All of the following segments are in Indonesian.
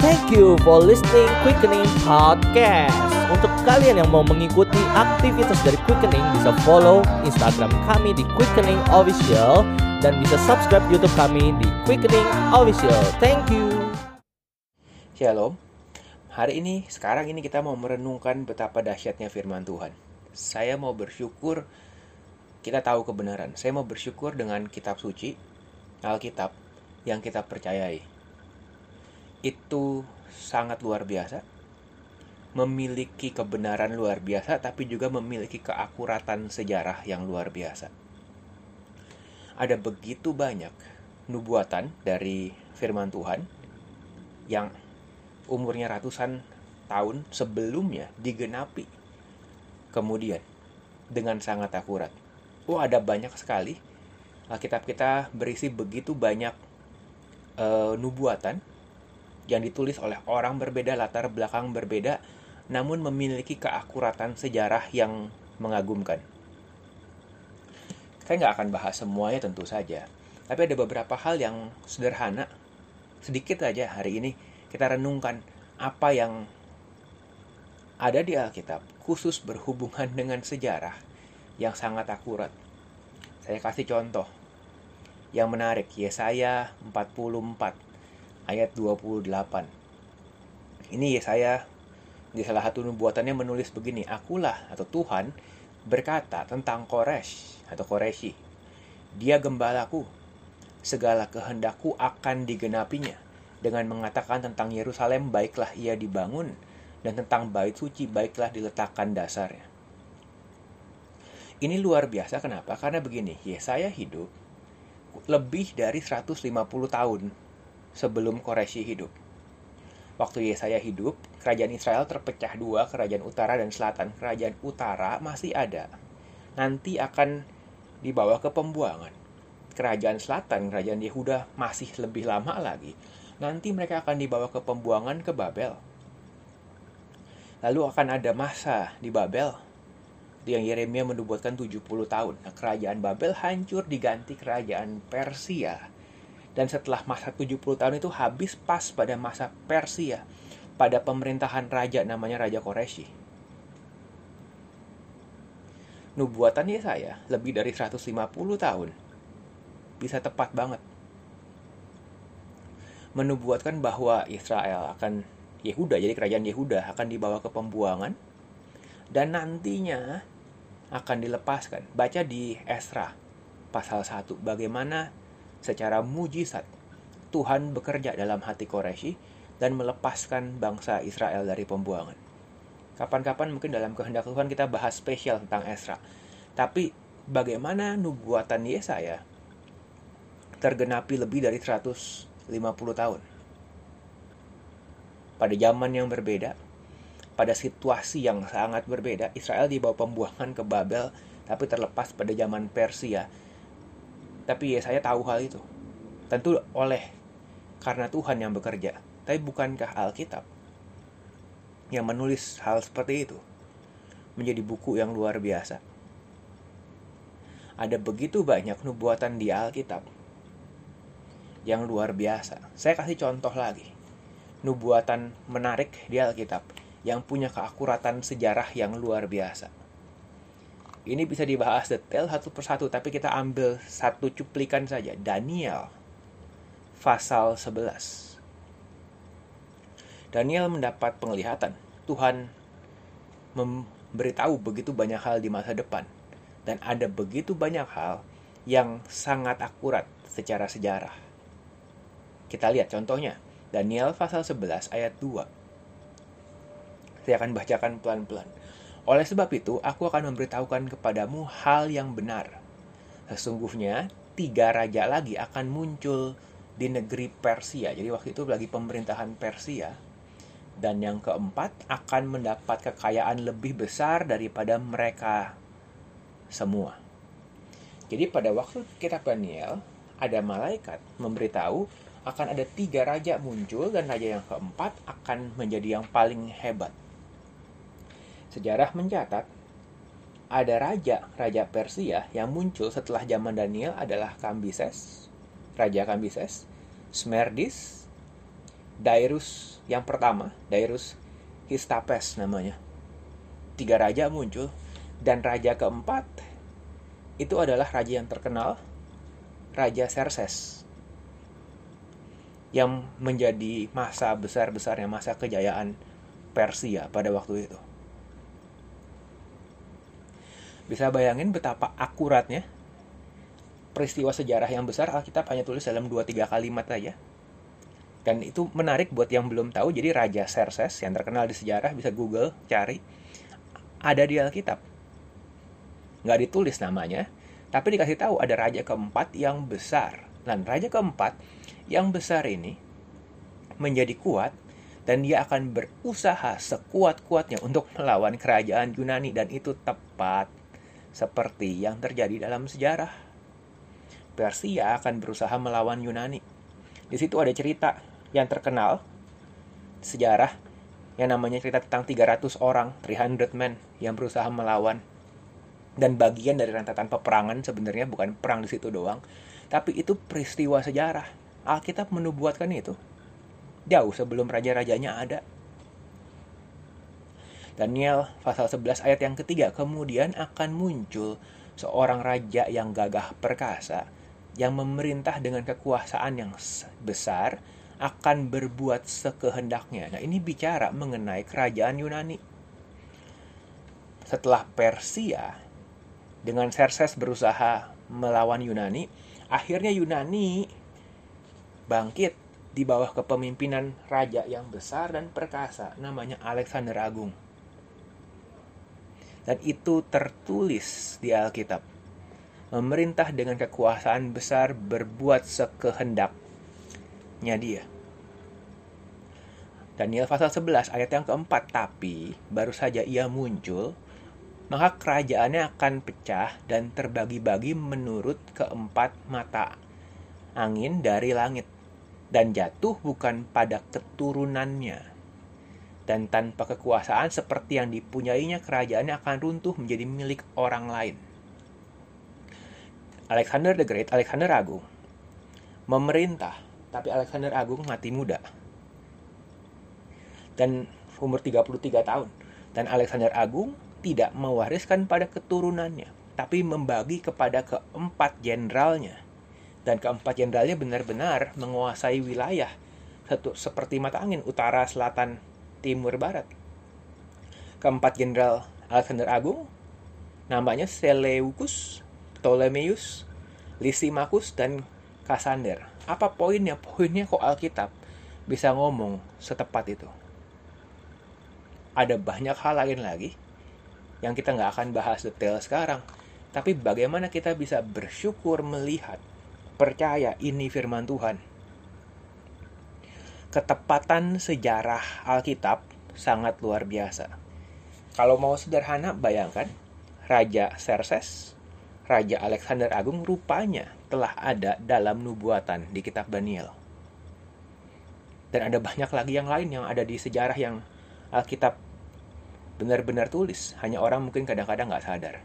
Thank you for listening Quickening Podcast. Untuk kalian yang mau mengikuti aktivitas dari Quickening, bisa follow Instagram kami di Quickening Official dan bisa subscribe YouTube kami di Quickening Official. Thank you. Shalom. Sekarang ini kita mau merenungkan betapa dahsyatnya firman Tuhan. Saya mau bersyukur kita tahu kebenaran. Saya mau bersyukur dengan kitab suci, Alkitab, yang kita percayai. Itu sangat luar biasa, memiliki kebenaran luar biasa, tapi juga memiliki keakuratan sejarah yang luar biasa. Ada begitu banyak nubuatan dari firman Tuhan yang umurnya ratusan tahun sebelumnya digenapi kemudian dengan sangat akurat. Ada banyak sekali. Alkitab kita berisi begitu banyak nubuatan yang ditulis oleh orang berbeda, latar belakang berbeda, namun memiliki keakuratan sejarah yang mengagumkan. Saya nggak akan bahas semuanya tentu saja, tapi ada beberapa hal yang sederhana, sedikit saja hari ini kita renungkan apa yang ada di Alkitab, khusus berhubungan dengan sejarah yang sangat akurat. Saya kasih contoh yang menarik, Yesaya 44. Ayat 28. Ini Yesaya di salah satu nubuatannya menulis begini, Akulah atau Tuhan berkata tentang Koresh atau Koreshi. Dia gembalaku, segala kehendakku akan digenapinya. Dengan mengatakan tentang Yerusalem, baiklah ia dibangun, dan tentang bait suci, baiklah diletakkan dasarnya. Ini luar biasa, kenapa? Karena begini, Yesaya hidup lebih dari 150 tahun sebelum Koreshi hidup. Waktu Yesaya hidup, kerajaan Israel terpecah dua, kerajaan utara dan selatan. Kerajaan utara masih ada, nanti akan dibawa ke pembuangan. Kerajaan selatan, kerajaan Yehuda, masih lebih lama lagi. Nanti mereka akan dibawa ke pembuangan ke Babel. Lalu akan ada masa di Babel yang Yeremia menubuatkan 70 tahun. Kerajaan Babel hancur, diganti kerajaan Persia. Dan setelah masa 70 tahun itu habis pas pada masa Persia, pada pemerintahan raja namanya Raja Koreshi. Nubuatan Yesaya lebih dari 150 tahun. Bisa tepat banget. Menubuatkan bahwa Israel akan Yehuda, jadi kerajaan Yehuda akan dibawa ke pembuangan dan nantinya akan dilepaskan. Baca di Esra pasal 1 bagaimana secara mujizat Tuhan bekerja dalam hati Koreshi dan melepaskan bangsa Israel dari pembuangan. Kapan-kapan mungkin dalam kehendak Tuhan kita bahas spesial tentang Esra. Tapi bagaimana nubuatan Yesaya tergenapi lebih dari 150 tahun. Pada zaman yang berbeda, pada situasi yang sangat berbeda, Israel dibawa pembuangan ke Babel, tapi terlepas pada zaman Persia. Tapi Yesaya tahu hal itu. Tentu karena Tuhan yang bekerja. Tapi bukankah Alkitab yang menulis hal seperti itu menjadi buku yang luar biasa? Ada begitu banyak nubuatan di Alkitab yang luar biasa. Saya kasih contoh lagi. Nubuatan menarik di Alkitab yang punya keakuratan sejarah yang luar biasa. Ini bisa dibahas detail satu persatu, tapi kita ambil satu cuplikan saja. Daniel, pasal 11. Daniel mendapat penglihatan. Tuhan memberitahu begitu banyak hal di masa depan. Dan ada begitu banyak hal yang sangat akurat secara sejarah. Kita lihat contohnya. Daniel pasal 11 ayat 2. Saya akan bacakan pelan-pelan. Oleh sebab itu, aku akan memberitahukan kepadamu hal yang benar. Sesungguhnya, 3 raja lagi akan muncul di negeri Persia. Jadi waktu itu lagi pemerintahan Persia. Dan yang keempat akan mendapat kekayaan lebih besar daripada mereka semua. Jadi pada waktu kitab Daniel, ada malaikat memberitahu akan ada 3 raja muncul dan raja yang keempat akan menjadi yang paling hebat. Sejarah mencatat ada raja Persia yang muncul setelah zaman Daniel adalah Kambises, Raja Kambises, Smerdis, Dairus Yang pertama, Darius Histapes namanya. 3 raja muncul, dan raja keempat itu adalah raja yang terkenal, Raja Xerxes, yang menjadi masa besar-besarnya, masa kejayaan Persia pada waktu itu. Bisa bayangin betapa akuratnya peristiwa sejarah yang besar Alkitab hanya tulis dalam 2-3 kalimat saja. Dan itu menarik buat yang belum tahu. Jadi Raja Xerxes yang terkenal di sejarah, bisa Google, cari, ada di Alkitab. Nggak ditulis namanya, tapi dikasih tahu ada raja keempat yang besar. Dan raja keempat yang besar ini menjadi kuat, dan dia akan berusaha sekuat-kuatnya untuk melawan kerajaan Yunani. Dan itu tepat seperti yang terjadi dalam sejarah. Persia akan berusaha melawan Yunani. Di situ ada cerita yang terkenal sejarah yang namanya cerita tentang 300 orang, 300 men yang berusaha melawan. Dan bagian dari rentetan peperangan, sebenarnya bukan perang di situ doang, tapi itu peristiwa sejarah. Alkitab menubuatkan itu jauh sebelum raja-rajanya ada. Daniel pasal 11 ayat yang ketiga, kemudian akan muncul seorang raja yang gagah perkasa, yang memerintah dengan kekuasaan yang besar, akan berbuat sekehendaknya. Nah, ini bicara mengenai kerajaan Yunani. Setelah Persia dengan Xerxes berusaha melawan Yunani, akhirnya Yunani bangkit di bawah kepemimpinan raja yang besar dan perkasa, namanya Alexander Agung. Dan itu tertulis di Alkitab. Memerintah dengan kekuasaan besar, berbuat sekehendaknya dia. Daniel pasal 11 ayat yang keempat, tapi baru saja ia muncul, maka kerajaannya akan pecah dan terbagi-bagi menurut keempat mata angin dari langit, dan jatuh bukan pada keturunannya. Dan tanpa kekuasaan seperti yang dipunyainya, kerajaannya akan runtuh menjadi milik orang lain. Alexander the Great, Alexander Agung, memerintah, tapi Alexander Agung mati muda. Dan umur 33 tahun. Dan Alexander Agung tidak mewariskan pada keturunannya, tapi membagi kepada keempat jenderalnya. Dan keempat jenderalnya benar-benar menguasai wilayah seperti mata angin, utara, selatan, timur, barat. Keempat jenderal Alexander Agung namanya Seleucus, Ptolemeus, Lysimachus, dan Cassander. Apa poinnya? Poinnya kok Alkitab bisa ngomong setepat itu. Ada banyak hal lain lagi yang kita nggak akan bahas detail sekarang. Tapi bagaimana kita bisa bersyukur melihat, percaya ini firman Tuhan. Ketepatan sejarah Alkitab sangat luar biasa. Kalau mau sederhana, bayangkan Raja Xerxes, Raja Alexander Agung rupanya telah ada dalam nubuatan di kitab Daniel. Dan ada banyak lagi yang lain yang ada di sejarah yang Alkitab benar-benar tulis. Hanya orang mungkin kadang-kadang gak sadar.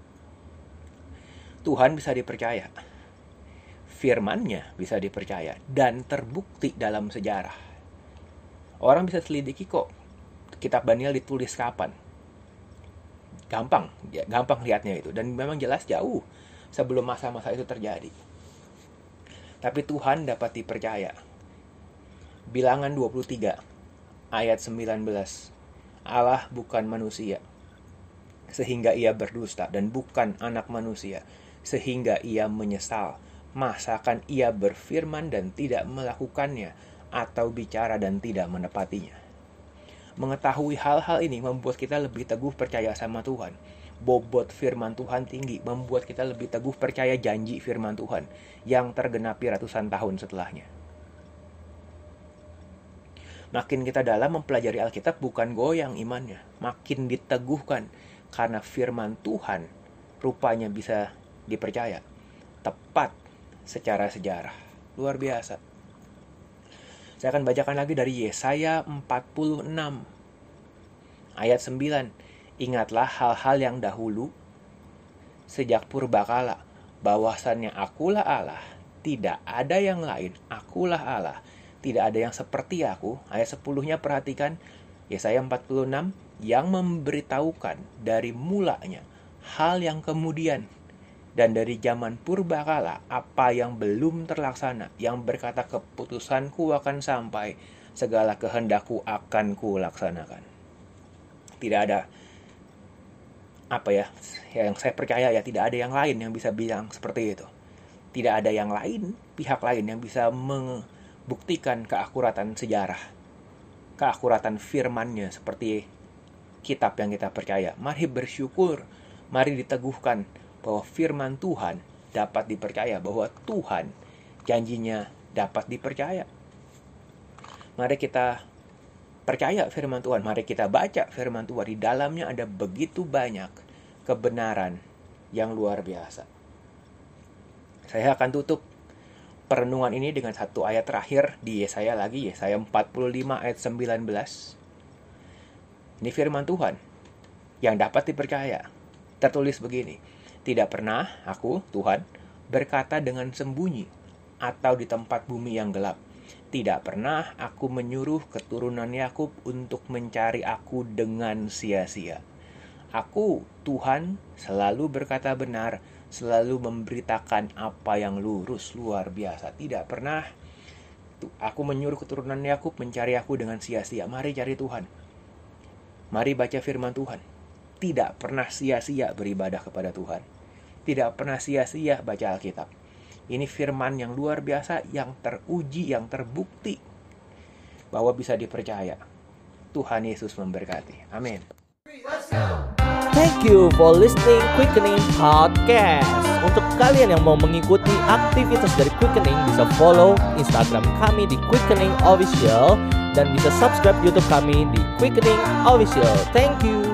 Tuhan bisa dipercaya. Firman-Nya bisa dipercaya. Dan terbukti dalam sejarah. Orang bisa selidiki kok kitab Daniel ditulis kapan. Gampang lihatnya itu. Dan memang jelas jauh sebelum masa-masa itu terjadi. Tapi Tuhan dapat dipercaya. Bilangan 23 ayat 19. Allah bukan manusia sehingga ia berdusta, dan bukan anak manusia sehingga ia menyesal. Masakan ia berfirman dan tidak melakukannya, atau bicara dan tidak menepatinya? Mengetahui hal-hal ini membuat kita lebih teguh percaya sama Tuhan. Bobot firman Tuhan tinggi membuat kita lebih teguh percaya janji firman Tuhan yang tergenapi ratusan tahun setelahnya. Makin kita dalam mempelajari Alkitab, bukan goyang imannya, makin diteguhkan karena firman Tuhan rupanya bisa dipercaya. Tepat secara sejarah. Luar biasa. Saya akan bacakan lagi dari Yesaya 46 ayat 9. Ingatlah hal-hal yang dahulu sejak purbakala, bahwasannya akulah Allah, tidak ada yang lain, akulah Allah. Tidak ada yang seperti aku. Ayat 10-nya perhatikan. Yesaya 46, yang memberitahukan dari mulanya hal yang kemudian dan dari zaman purbakala apa yang belum terlaksana, yang berkata keputusanku akan sampai, segala kehendakku akan kulaksanakan. Tidak ada yang saya percaya ya, tidak ada yang lain yang bisa bilang seperti itu. Tidak ada yang lain, pihak lain yang bisa membuktikan keakuratan sejarah, keakuratan firman-Nya seperti kitab yang kita percaya. Mari bersyukur, mari diteguhkan bahwa firman Tuhan dapat dipercaya, bahwa Tuhan janjinya dapat dipercaya. Mari kita percaya firman Tuhan, mari kita baca firman Tuhan. Di dalamnya ada begitu banyak kebenaran yang luar biasa. Saya akan tutup perenungan ini dengan satu ayat terakhir di Yesaya 45 ayat 19. Ini firman Tuhan yang dapat dipercaya. Tertulis begini, tidak pernah aku, Tuhan, berkata dengan sembunyi atau di tempat bumi yang gelap. Tidak pernah aku menyuruh keturunan Yakub untuk mencari aku dengan sia-sia. Aku, Tuhan, selalu berkata benar, selalu memberitakan apa yang lurus, luar biasa. Tidak pernah aku menyuruh keturunan Yakub mencari aku dengan sia-sia. Mari cari Tuhan. Mari baca firman Tuhan. Tidak pernah sia-sia beribadah kepada Tuhan. Tidak pernah sia-sia baca Alkitab. Ini firman yang luar biasa, yang teruji, yang terbukti bahwa bisa dipercaya. Tuhan Yesus memberkati. Amin. Thank you for listening Quickening Podcast. Untuk kalian yang mau mengikuti aktivitas dari Quickening, bisa follow Instagram kami di Quickening Official dan bisa subscribe YouTube kami di Quickening Official. Thank you.